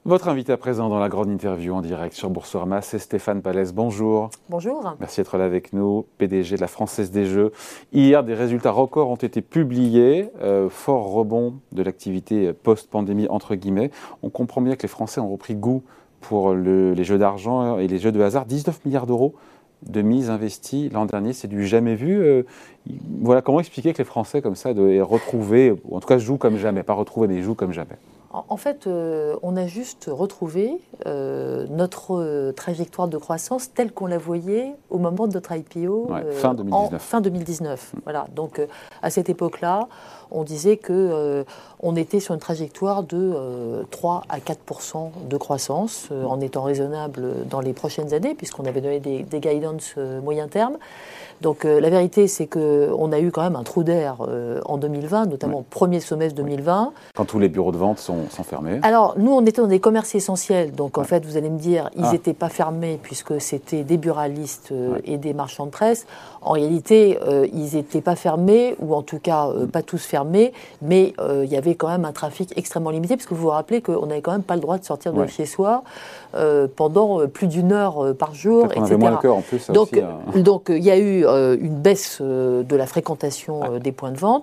Votre invité à présent dans la grande interview en direct sur Boursorama, c'est Stéphane Pallez. Bonjour. Bonjour. Merci d'être là avec nous, PDG de la Française des Jeux. Hier, des résultats records ont été publiés. Fort rebond de l'activité post-pandémie, entre guillemets. On comprend bien que les Français ont repris goût pour les jeux d'argent et les jeux de hasard. 19 milliards d'euros de mise investie l'an dernier, c'est du jamais vu. Voilà, comment expliquer que les Français, comme ça, aient retrouvé, ou en tout cas jouent comme jamais, pas retrouver, mais jouent comme jamais? En fait, on a juste retrouvé notre trajectoire de croissance telle qu'on la voyait au moment de notre IPO fin 2019. Fin 2019. Voilà. Donc, à cette époque-là, on disait qu'on était sur une trajectoire de 3 à 4% de croissance, en étant raisonnable dans les prochaines années, puisqu'on avait donné des guidance moyen terme. Donc la vérité, c'est qu'on a eu quand même un trou d'air en 2020, notamment premier semestre 2020. Quand tous les bureaux de vente sont fermés. Alors, nous, on était dans des commerces essentiels. Donc, en fait, vous allez me dire, ils n'étaient pas fermés puisque c'était des buralistes et des marchands de presse. En réalité, ils n'étaient pas fermés, ou en tout cas, pas tous fermés, mais il y avait quand même un trafic extrêmement limité, parce que vous vous rappelez qu'on n'avait quand même pas le droit de sortir de chez soi pendant plus d'1 heure par jour, etc. On avait moins le cœur en plus. Ça donc, aussi, donc, il y a eu une baisse de la fréquentation des points de vente,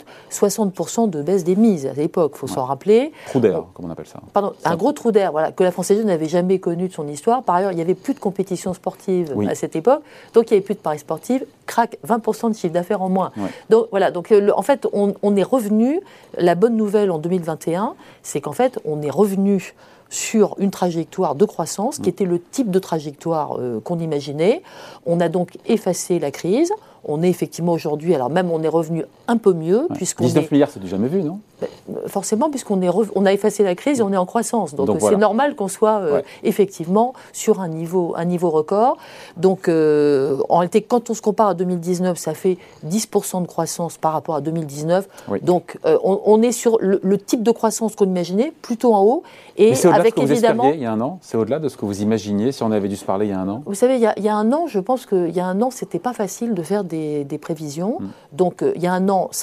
60% de baisse des mises à l'époque, il faut s'en rappeler. Trou d'air, comme on appelle ça. Pardon, un gros trou d'air, voilà, que la Française des Jeux n'avait jamais connu de son histoire. Par ailleurs, il n'y avait plus de compétition sportive à cette époque, donc il n'y avait plus de paris sportifs. Crac, 20% de chiffre d'affaires en moins. Donc voilà, donc en fait, on est revenu. La bonne nouvelle en 2021, c'est qu'en fait, on est revenu sur une trajectoire de croissance qui était le type de trajectoire qu'on imaginait. On a donc effacé la crise. On est effectivement aujourd'hui, alors même on est revenu un peu mieux. 19 milliards, c'est du jamais vu, non? Forcément, puisqu'on a effacé la crise et on est en croissance. Donc c'est normal qu'on soit effectivement sur un niveau record. Donc en réalité, quand on se compare à 2019, ça fait 10% de croissance par rapport à 2019. Donc on est sur le type de croissance qu'on imaginait, plutôt en haut. Et mais c'est au-delà de ce que vous espériez il y a un an? C'est au-delà de ce que vous imaginiez si on avait dû se parler il y a un an? Vous savez, il y a un an, je pense qu'il y a un an, c'était pas facile de faire des prévisions. Donc il y a un an,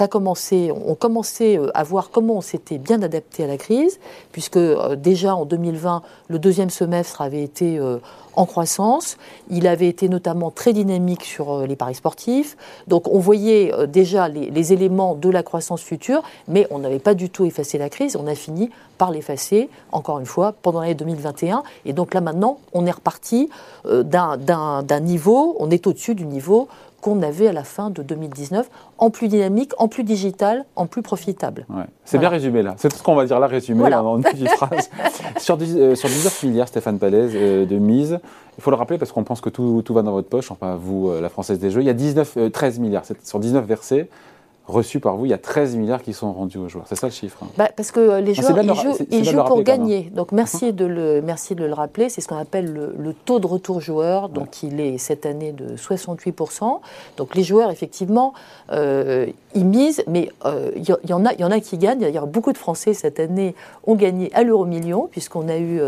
on commençait à voir comment on s'était bien adapté à la crise, puisque déjà en 2020, le deuxième semestre avait été en croissance. Il avait été notamment très dynamique sur les paris sportifs. Donc on voyait déjà les éléments de la croissance future, mais on n'avait pas du tout effacé la crise. On a fini par l'effacer, encore une fois, pendant l'année 2021. Et donc là maintenant, on est reparti d'un niveau, on est au-dessus du niveau qu'on avait à la fin de 2019, en plus dynamique, en plus digital, en plus profitable. C'est bien résumé là, c'est tout ce qu'on va dire là, résumé en une petite phrase. Sur 19 milliards, Stéphane Pallez, de mise, il faut le rappeler parce qu'on pense que tout va dans votre poche, enfin vous, la Française des Jeux, il y a 13 milliards, sur 19 versés, reçus par vous, il y a 13 milliards qui sont rendus aux joueurs. C'est ça le chiffre? Parce que les joueurs, ils jouent pour gagner. Donc merci de le rappeler. C'est ce qu'on appelle le taux de retour joueur. Donc il est cette année de 68%. Donc les joueurs, effectivement, ils misent, mais il y en a qui gagnent. D'ailleurs, beaucoup de Français cette année ont gagné à l'euro-million, puisqu'on a eu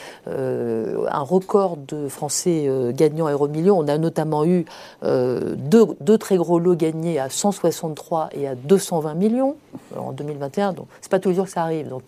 un record de Français gagnant à l'euro-million. On a notamment eu deux très gros lots gagnés à 163 et à 220 millions en 2021. Donc, c'est pas tous les jours que ça arrive. Donc,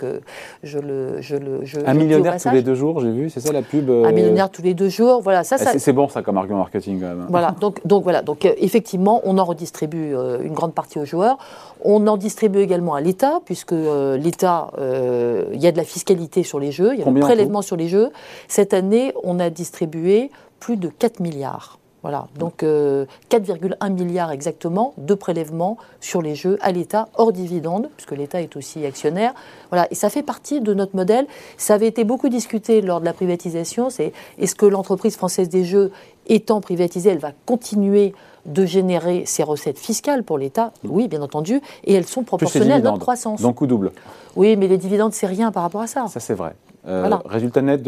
un millionnaire tous les 2 jours, j'ai vu, c'est ça la pub Un millionnaire tous les 2 jours, voilà. C'est bon ça comme argument marketing quand même. Voilà. Donc effectivement, on en redistribue une grande partie aux joueurs. On en distribue également à l'État, puisque l'État, il y a de la fiscalité sur les jeux, il y a un prélèvement sur les jeux. Cette année, on a distribué plus de 4 milliards. Voilà, donc 4,1 milliards exactement de prélèvements sur les jeux à l'État, hors dividende, puisque l'État est aussi actionnaire. Voilà, et ça fait partie de notre modèle. Ça avait été beaucoup discuté lors de la privatisation. Est-ce que l'entreprise Française des Jeux, étant privatisée, elle va continuer de générer ses recettes fiscales pour l'État? Oui, bien entendu, et elles sont proportionnelles à notre croissance. Donc coût double. Oui, mais les dividendes, c'est rien par rapport à ça. Ça, c'est vrai. Résultat net,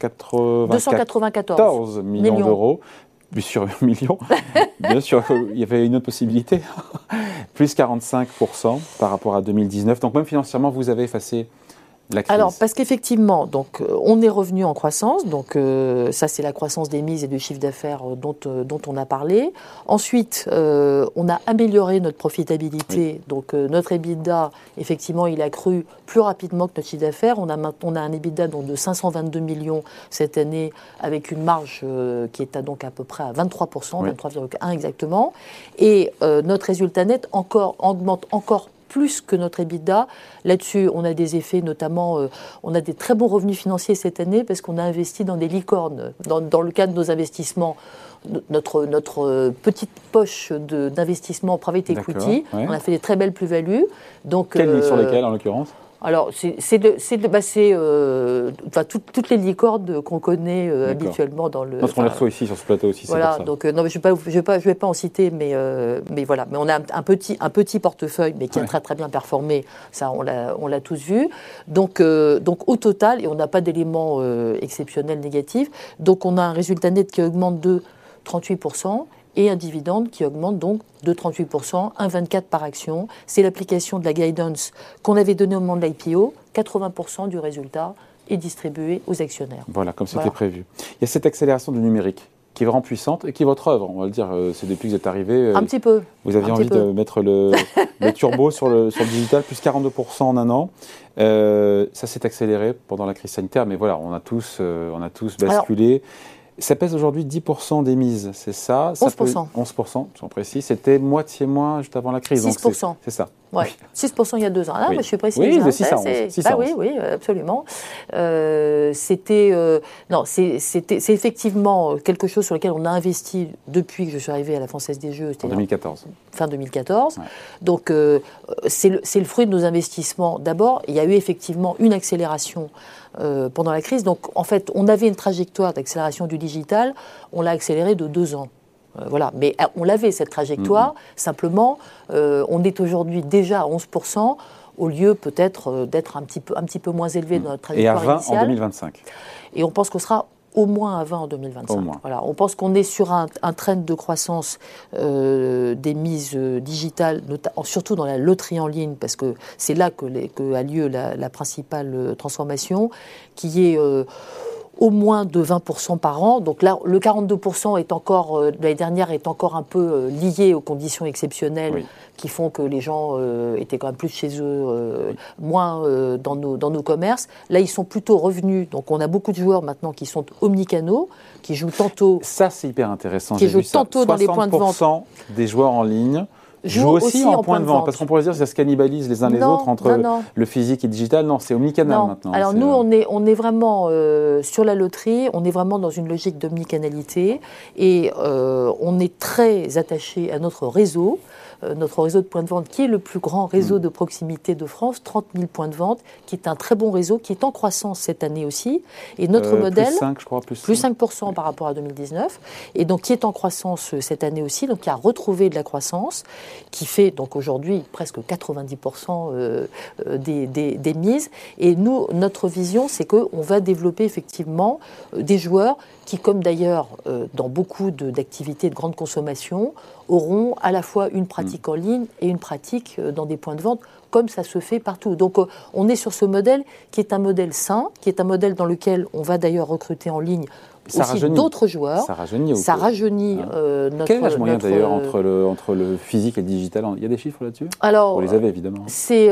294 millions d'euros. Plus sur 1 million. Bien sûr, il y avait une autre possibilité. Plus 45% par rapport à 2019. Donc même financièrement, vous avez effacé la crise? Alors, parce qu'effectivement, donc, on est revenu en croissance. Donc, ça, c'est la croissance des mises et du chiffre d'affaires dont on a parlé. Ensuite, on a amélioré notre profitabilité. Oui. Donc, notre EBITDA, effectivement, il a cru plus rapidement que notre chiffre d'affaires. On a un EBITDA donc, de 522 millions cette année, avec une marge qui est donc à peu près à 23%, oui. 23,1 exactement. Et notre résultat net augmente encore plus que notre EBITDA. Là-dessus, on a des effets, notamment, on a des très bons revenus financiers cette année parce qu'on a investi dans des licornes. Dans le cadre de nos investissements, notre petite poche d'investissement private equity, ouais. On a fait des très belles plus-values. Donc, sur lesquelles, en l'occurrence ? Alors, toutes les licornes qu'on connaît habituellement dans le. Parce qu'on les reçoit ici sur ce plateau aussi. Voilà, c'est pour ça. donc non, mais je vais pas en citer, mais voilà. Mais on a un petit portefeuille, mais qui a très très bien performé. Ça, on l'a tous vu. Donc au total, et on n'a pas d'éléments exceptionnels négatifs. Donc on a un résultat net qui augmente de 38%. Et un dividende qui augmente donc de 38%, 1,24 par action. C'est l'application de la guidance qu'on avait donnée au moment de l'IPO. 80% du résultat est distribué aux actionnaires. Voilà, comme c'était prévu. Il y a cette accélération du numérique qui est vraiment puissante et qui est votre œuvre, on va le dire. C'est depuis que vous êtes arrivé. Un petit peu. Vous aviez envie de mettre le turbo sur le digital, plus 42% en un an. Ça s'est accéléré pendant la crise sanitaire, mais voilà, on a tous basculé. Alors, ça pèse aujourd'hui 10% des mises, c'est ça? 11%. 11%, j'en précise. C'était moitié moins juste avant la crise. 6%. Donc c'est ça. Ouais. 6% il y a 2 ans. Ah, oui. Je suis précise. Oui, de 6 à 11. Oui, absolument. C'est effectivement quelque chose sur lequel on a investi depuis que je suis arrivée à la Française des Jeux. En 2014. Fin 2014. Ouais. Donc, c'est le fruit de nos investissements. D'abord, il y a eu effectivement une accélération pendant la crise. Donc, en fait, on avait une trajectoire d'accélération du digital. On l'a accélérée de 2 ans. Voilà, mais on l'avait cette trajectoire, simplement on est aujourd'hui déjà à 11% au lieu peut-être d'être un petit peu moins élevé dans notre trajectoire initiale. Et à 20 en 2025. Et on pense qu'on sera au moins à 20 en 2025. Voilà, on pense qu'on est sur un trend de croissance des mises digitales, surtout dans la loterie en ligne, parce que c'est là que a lieu la principale transformation, qui est au moins de 20% par an. Donc là, le 42% est encore, l'année dernière, est encore un peu lié aux conditions exceptionnelles qui font que les gens étaient quand même plus chez eux, moins dans nos commerces. Là, ils sont plutôt revenus. Donc on a beaucoup de joueurs maintenant qui sont omnicanaux, qui jouent tantôt... Ça, c'est hyper intéressant. Qui jouent tantôt dans les points de vente. 60% des joueurs en ligne jouent aussi en point de vente. Parce qu'on pourrait dire que ça se cannibalise les uns les autres entre le physique et le digital. Non, c'est omnicanal maintenant. Alors nous, on est vraiment sur la loterie, on est vraiment dans une logique d'omnicanalité et on est très attaché à notre réseau de points de vente qui est le plus grand réseau de proximité de France, 30 000 points de vente, qui est un très bon réseau, qui est en croissance cette année aussi. Et notre modèle... Plus 5, je crois, plus 5% par rapport à 2019. Et donc, qui est en croissance cette année aussi, donc qui a retrouvé de la croissance, qui fait donc aujourd'hui presque 90% des mises. Et nous, notre vision, c'est qu'on va développer effectivement des joueurs qui, comme d'ailleurs dans beaucoup d'activités de grande consommation, auront à la fois une pratique en ligne et une pratique dans des points de vente, comme ça se fait partout. Donc on est sur ce modèle qui est un modèle sain, qui est un modèle dans lequel on va d'ailleurs recruter en ligne aussi d'autres joueurs. Ça rajeunit. Ça rajeunit notre... Quel est l'âge moyen d'ailleurs entre le physique et le digital? Il y a des chiffres là-dessus? Alors, vous les avez évidemment. C'est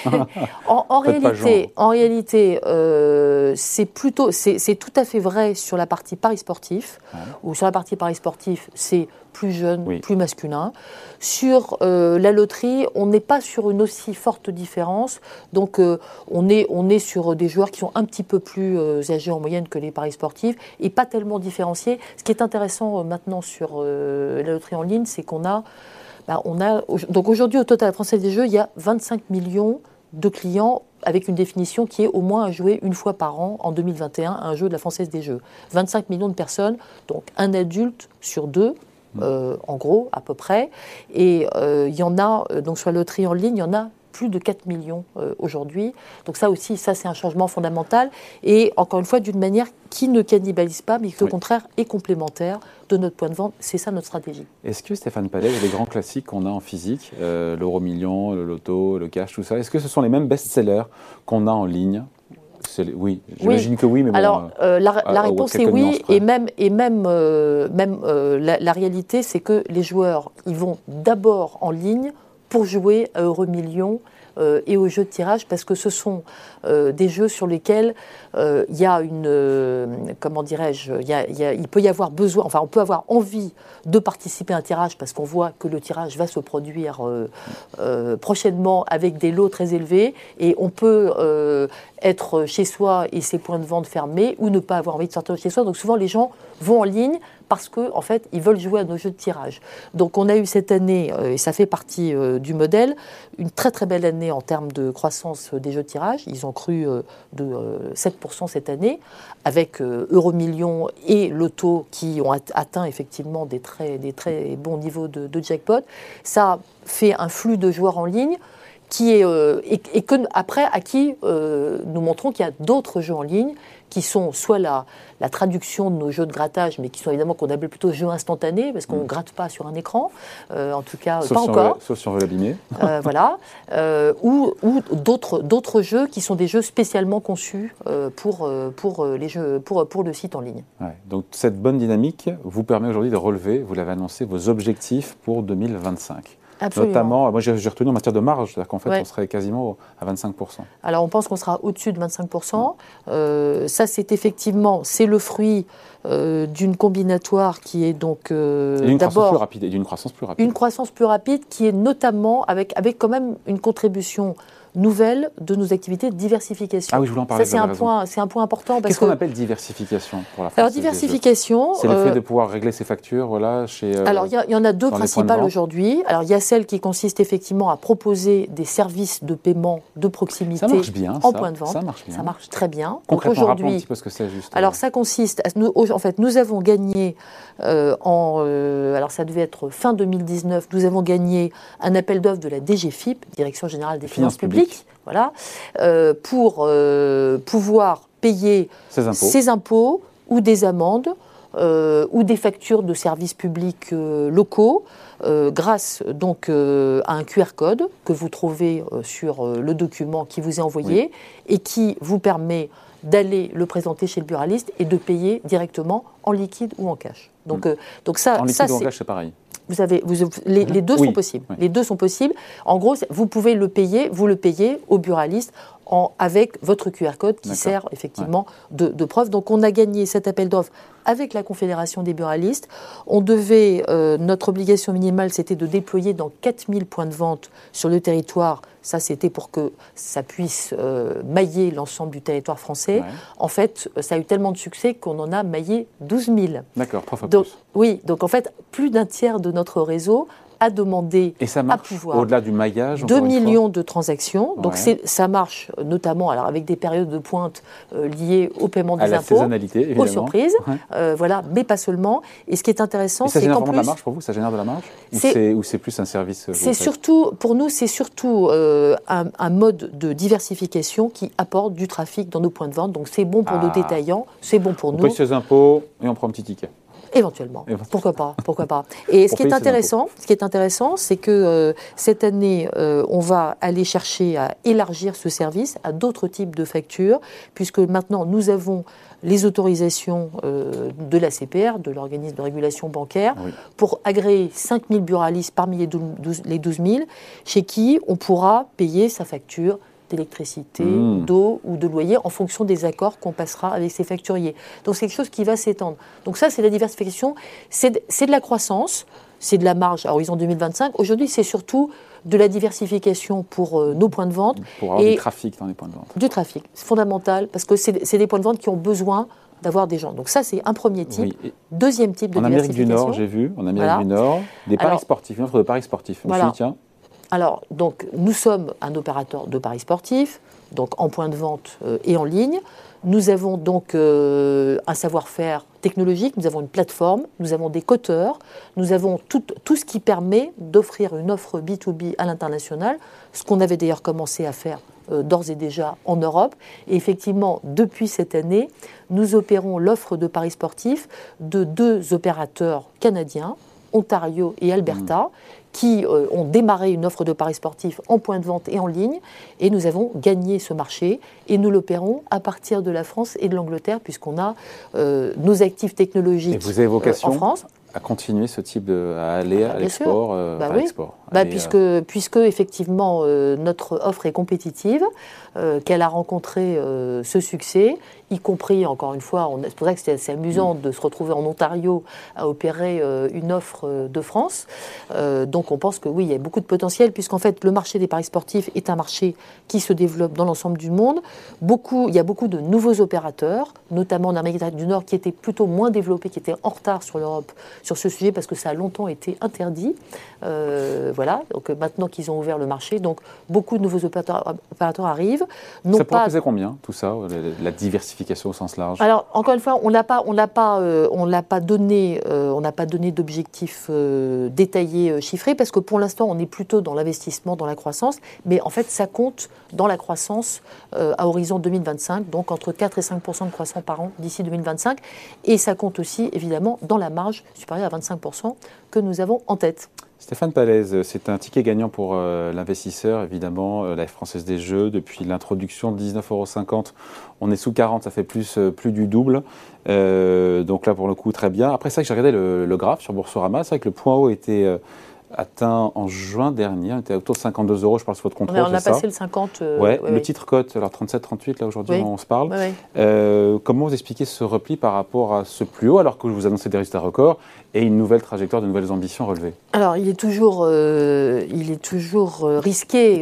en réalité, c'est tout à fait vrai sur la partie paris sportif, ou sur la partie paris sportif, c'est plus jeune, plus masculin. Sur la loterie, on n'est pas sur une aussi forte différence. Donc, on est sur des joueurs qui sont un petit peu plus âgés en moyenne que les paris sportifs et pas tellement différenciés. Ce qui est intéressant maintenant sur la loterie en ligne, c'est qu'on a... donc aujourd'hui, au total, à la Française des Jeux, il y a 25 millions de clients avec une définition qui est au moins à jouer une fois par an en 2021 à un jeu de la Française des Jeux. 25 millions de personnes, donc un adulte sur 2, en gros, à peu près. Et il y en a, donc sur la loterie en ligne, il y en a plus de 4 millions aujourd'hui. Donc ça aussi, c'est un changement fondamental. Et encore une fois, d'une manière qui ne cannibalise pas, mais qui au contraire est complémentaire de notre point de vente. C'est ça notre stratégie. Est-ce que Stéphane Palais, les grands classiques qu'on a en physique, l'euro million, le loto, le cash, tout ça, est-ce que ce sont les mêmes best-sellers qu'on a en ligne Oui, j'imagine que oui, mais bon... Alors, la réponse est oui, et même la réalité, c'est que les joueurs, ils vont d'abord en ligne pour jouer à Euromillions et aux jeux de tirage, parce que ce sont des jeux sur lesquels il y a comment dirais-je, il peut y avoir besoin, enfin on peut avoir envie de participer à un tirage parce qu'on voit que le tirage va se produire prochainement avec des lots très élevés, et on peut être chez soi et ses points de vente fermés, ou ne pas avoir envie de sortir de chez soi. Donc souvent les gens vont en ligne parce qu'en fait, ils veulent jouer à nos jeux de tirage. Donc on a eu cette année, et ça fait partie du modèle, une très très belle année en termes de croissance des jeux de tirage. Ils ont cru de 7% cette année, avec Euromillions et Loto qui ont atteint effectivement des très bons niveaux de jackpot. Ça fait un flux de joueurs en ligne qui est, et que, après, à qui nous montrons qu'il y a d'autres jeux en ligne qui sont soit la traduction de nos jeux de grattage, mais qui sont évidemment qu'on appelle plutôt jeux instantanés, parce qu'on ne gratte pas sur un écran, en tout cas sauf pas encore. Sauf si on veut l'abîmer. Voilà. Ou d'autres jeux qui sont des jeux spécialement conçus pour le site en ligne. Ouais. Donc cette bonne dynamique vous permet aujourd'hui de relever, vous l'avez annoncé, vos objectifs pour 2025. Absolument. Notamment, moi j'ai retenu en matière de marge, c'est-à-dire qu'en fait on serait quasiment à 25%. Alors on pense qu'on sera au-dessus de 25%. Ça c'est le fruit d'une combinatoire qui est donc d'abord d'une croissance plus rapide. Une croissance plus rapide qui est notamment avec quand même une contribution nouvelle de nos activités de diversification. Ah oui, je voulais en parler. Ça, c'est un point important. Qu'est-ce qu'on appelle diversification pour la France? Alors, diversification... C'est le fait de pouvoir régler ses factures, voilà, chez... alors, il y en a deux principales aujourd'hui. Alors, il y a celle qui consiste effectivement à proposer des services de paiement de proximité en point de vente. Ça marche bien. Ça marche très bien. Concrètement, rappelons un petit peu ce que c'est, juste. Alors, ça consiste... En fait, nous avons gagné, alors ça devait être fin 2019, nous avons gagné un appel d'offres de la DGFiP, Direction Générale des Finances Publiques, voilà, pour pouvoir payer ses impôts ou des amendes ou des factures de services publics locaux grâce donc à un QR code que vous trouvez sur le document qui vous est envoyé et qui vous permet d'aller le présenter chez le buraliste et de payer directement en liquide ou en cash. Donc ça, en liquide ou en cash, c'est pareil. Les deux sont possibles. Oui. Les deux sont possibles. En gros, vous le payez au buraliste avec votre QR code qui sert effectivement de preuve. Donc on a gagné cet appel d'offres avec la Confédération des buralistes. Notre obligation minimale, c'était de déployer dans 4000 points de vente sur le territoire. Ça, c'était pour que ça puisse mailler l'ensemble du territoire français. Ouais. En fait, ça a eu tellement de succès qu'on en a maillé 12 000. D'accord, 3 fois plus. Oui, donc en fait, plus d'un tiers de notre réseau a demandé et ça marche, à pouvoir au-delà du maillage, 2 millions de transactions. Donc ça marche notamment alors avec des périodes de pointe liées au paiement des impôts, à la saisonnalité, évidemment, aux surprises, voilà, mais pas seulement. Et ce qui est intéressant, c'est qu'en plus, de la marge pour vous, ça génère de la marge ou c'est plus un service. C'est surtout pour nous, c'est surtout un mode de diversification qui apporte du trafic dans nos points de vente. Donc c'est bon pour nos détaillants, c'est bon pour nous. On paye ses impôts et on prend un petit ticket. Éventuellement, pourquoi pas. Et ce qui est intéressant, c'est que cette année, on va aller chercher à élargir ce service à d'autres types de factures, puisque maintenant nous avons les autorisations de l'ACPR, de l'organisme de régulation bancaire, pour agréer 5 000 buralistes parmi les 12 000, chez qui on pourra payer sa facture d'électricité, d'eau ou de loyer en fonction des accords qu'on passera avec ces facturiers. Donc c'est quelque chose qui va s'étendre. Donc ça, c'est la diversification, c'est de la croissance, c'est de la marge à horizon 2025. Aujourd'hui, c'est surtout de la diversification pour nos points de vente. Pour avoir du trafic dans les points de vente. Du trafic, c'est fondamental, parce que c'est des points de vente qui ont besoin d'avoir des gens. Donc ça, c'est un premier type. Oui. Deuxième type de diversification. En Amérique du Nord, j'ai vu, en Amérique du Nord, des paris sportifs, une offre de paris sportifs. Voilà. Je me suis dit, tiens. Alors, donc, nous sommes un opérateur de paris sportifs, donc en point de vente et en ligne. Nous avons donc un savoir-faire technologique, nous avons une plateforme, nous avons des coteurs, nous avons tout ce qui permet d'offrir une offre B2B à l'international, ce qu'on avait d'ailleurs commencé à faire d'ores et déjà en Europe. Et effectivement, depuis cette année, nous opérons l'offre de paris sportifs de 2 opérateurs canadiens, Ontario et Alberta, qui ont démarré une offre de paris sportifs en point de vente et en ligne, et nous avons gagné ce marché, et nous l'opérons à partir de la France et de l'Angleterre, puisqu'on a nos actifs technologiques et vous avez vocation en France. À continuer ce type à aller à l'export, puisque effectivement notre offre est compétitive, qu'elle a rencontré ce succès, y compris, encore une fois, c'est pour ça que c'était assez amusant de se retrouver en Ontario à opérer une offre de France. Donc on pense que oui, il y a beaucoup de potentiel, puisqu'en fait le marché des paris sportifs est un marché qui se développe dans l'ensemble du monde. Il y a beaucoup de nouveaux opérateurs, notamment en Amérique du Nord, qui étaient plutôt moins développés, qui étaient en retard sur l'Europe sur ce sujet, parce que ça a longtemps été interdit. Voilà, donc maintenant qu'ils ont ouvert le marché, donc beaucoup de nouveaux opérateurs arrivent. Ça pourrait peser combien, tout ça, la diversification au sens large? Alors, encore une fois, on n'a pas donné d'objectifs détaillés, chiffrés, parce que pour l'instant, on est plutôt dans l'investissement, dans la croissance, mais en fait, ça compte dans la croissance à horizon 2025, donc entre 4 et 5% de croissance par an d'ici 2025, et ça compte aussi, évidemment, dans la marge supérieure à 25% que nous avons en tête. Stéphane Pallez, c'est un ticket gagnant pour l'investisseur, évidemment, la Française des Jeux. Depuis l'introduction de 19,50 €, on est sous 40, ça fait plus du double. Donc là, pour le coup, très bien. Après, c'est vrai que j'ai regardé le graphe sur Boursorama. C'est vrai que le point haut était atteint en juin dernier. On était autour de 52 €, je parle sous votre contrôle. On a passé le 50. Le titre cote, alors 37-38, là aujourd'hui, on se parle. Comment vous expliquez ce repli par rapport à ce plus haut, alors que vous annoncez des résultats records et une nouvelle trajectoire, de nouvelles ambitions relevées? Alors, il est toujours risqué.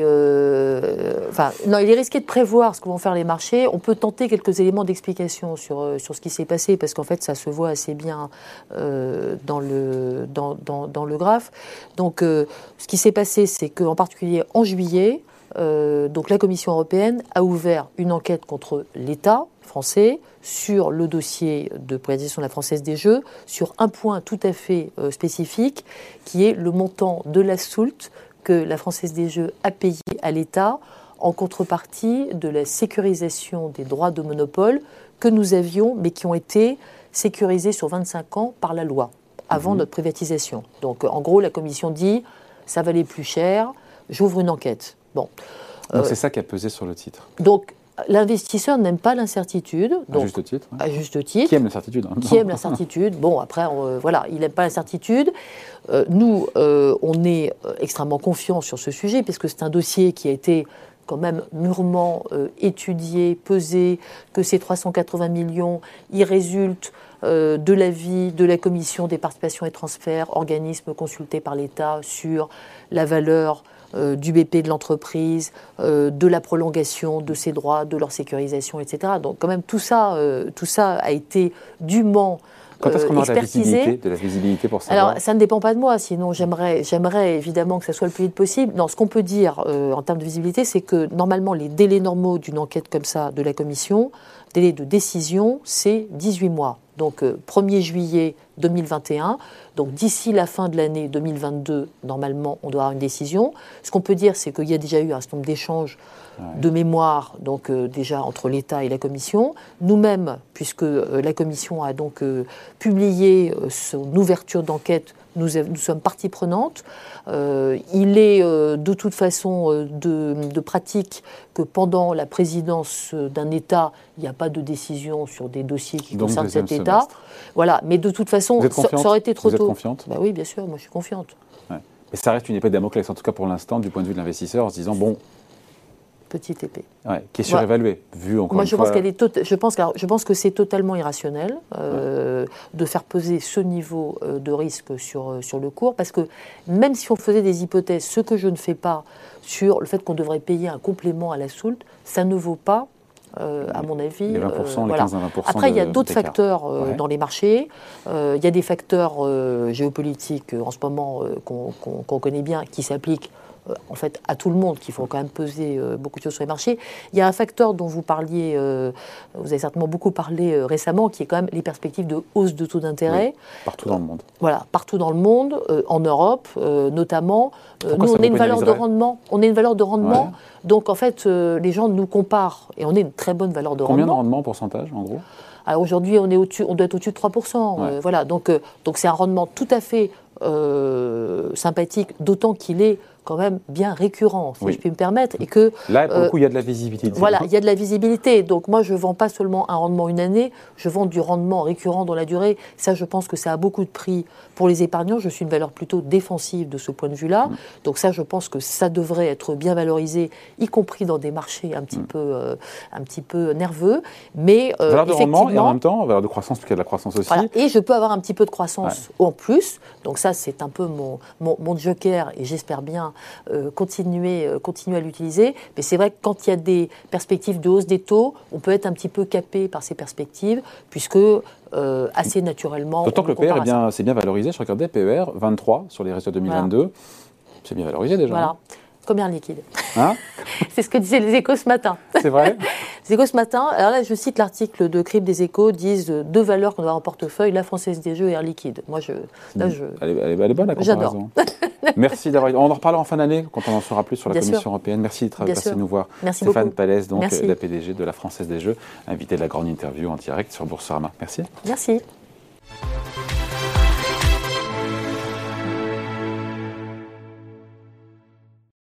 Il est risqué de prévoir ce que vont faire les marchés. On peut tenter quelques éléments d'explication sur ce qui s'est passé, parce qu'en fait, ça se voit assez bien dans le graphe. Donc, ce qui s'est passé, c'est qu'en particulier en juillet, donc la Commission européenne a ouvert une enquête contre l'État français sur le dossier de privatisation de la Française des Jeux, sur un point tout à fait spécifique, qui est le montant de la soulte que la Française des Jeux a payé à l'État en contrepartie de la sécurisation des droits de monopole que nous avions, mais qui ont été sécurisés sur 25 ans par la loi, avant notre privatisation. Donc, en gros, la Commission dit « ça valait plus cher, j'ouvre une enquête ». Bon. Donc, c'est ça qui a pesé sur le titre. Donc, l'investisseur n'aime pas l'incertitude. À juste titre. À juste titre. Qui aime l'incertitude. Qui aime l'incertitude. Bon, après, il n'aime pas l'incertitude. Nous, on est extrêmement confiants sur ce sujet, puisque c'est un dossier qui a été quand même mûrement étudié, pesé, que ces 380 millions, ils résultent de l'avis de la Commission des participations et transferts, organisme consulté par l'État sur la valeur du BP de l'entreprise, de la prolongation de ses droits, de leur sécurisation, etc. Donc quand même tout ça a été dûment Quand est-ce qu'on aura de la visibilité pour savoir? Alors, ça ne dépend pas de moi, sinon j'aimerais évidemment que ça soit le plus vite possible. Non, ce qu'on peut dire en termes de visibilité, c'est que normalement, les délais normaux d'une enquête comme ça de la Commission, délai de décision, c'est 18 mois. Donc, 1er juillet 2021. Donc, d'ici la fin de l'année 2022, normalement, on doit avoir une décision. Ce qu'on peut dire, c'est qu'il y a déjà eu un certain nombre d'échanges de mémoire, donc déjà entre l'État et la Commission. Nous-mêmes, puisque la Commission a donc publié son ouverture d'enquête, nous sommes partie prenante. Il est de toute façon de pratique que pendant la présidence d'un État, il n'y a pas de décision sur des dossiers qui concernent cet État. Voilà, mais de toute façon, ça aurait été trop tôt. Vous êtes confiante? Oui, bien sûr, moi je suis confiante. Ouais. Mais ça reste une épée de Damoclès, en tout cas pour l'instant, du point de vue de l'investisseur, en se disant, bon... Petite épée. Qui est surévaluée, vu encore Moi, une fois... je pense que c'est totalement irrationnel de faire peser ce niveau de risque sur le cours, parce que même si on faisait des hypothèses, ce que je ne fais pas sur le fait qu'on devrait payer un complément à la soulte, ça ne vaut pas, à mon avis... Les 20%, les 15 à 20%. Après, il y a d'autres facteurs dans les marchés. Il y a des facteurs géopolitiques en ce moment qu'on connaît bien, qui s'appliquent en fait à tout le monde, qu'il faut quand même peser beaucoup de choses sur les marchés. Il y a un facteur dont vous parliez, vous avez certainement beaucoup parlé récemment, qui est quand même les perspectives de hausse de taux d'intérêt. Oui, partout dans le monde. Voilà, partout dans le monde, en Europe notamment. Nous, on est une valeur de rendement. Donc en fait, les gens nous comparent, et on est une très bonne valeur de rendement. Combien de rendement, pourcentage, en gros? Alors aujourd'hui, on doit être au-dessus de 3%. Voilà, donc c'est un rendement tout à fait sympathique, d'autant qu'il est quand même bien récurrent, si je puis me permettre. Et que, là, pour le coup, il y a de la visibilité. Voilà, il y a de la visibilité. Donc moi, je ne vends pas seulement un rendement une année, je vends du rendement récurrent dans la durée. Ça, je pense que ça a beaucoup de prix pour les épargnants. Je suis une valeur plutôt défensive de ce point de vue-là. Donc ça, je pense que ça devrait être bien valorisé, y compris dans des marchés un petit peu nerveux. Mais valeur de rendement et en même temps, valeur de croissance, parce qu'il y a de la croissance aussi. Voilà. Et je peux avoir un petit peu de croissance en plus. Donc ça, c'est un peu mon joker, et j'espère bien continuer à l'utiliser. Mais c'est vrai que quand il y a des perspectives de hausse des taux, on peut être un petit peu capé par ces perspectives, puisque assez naturellement... D'autant que le PER c'est bien valorisé. Je regardais PER 23 sur les résultats 2022. Voilà. C'est bien valorisé déjà. Voilà. Comme Air Liquide. Hein? C'est ce que disaient les Échos ce matin. C'est vrai. Les Échos ce matin, alors là je cite l'article de Crypte des Échos, disent deux valeurs qu'on doit avoir en portefeuille, la Française des Jeux et Air Liquide. Moi, elle est bonne la comparaison. J'adore. Merci d'avoir... On en reparlera en fin d'année, quand on en saura plus sur la Commission européenne. Merci d'être passé nous voir. Merci Stéphane beaucoup. Pallès, donc la PDG de la Française des Jeux, invité de la grande interview en direct sur Boursorama. Merci. Merci.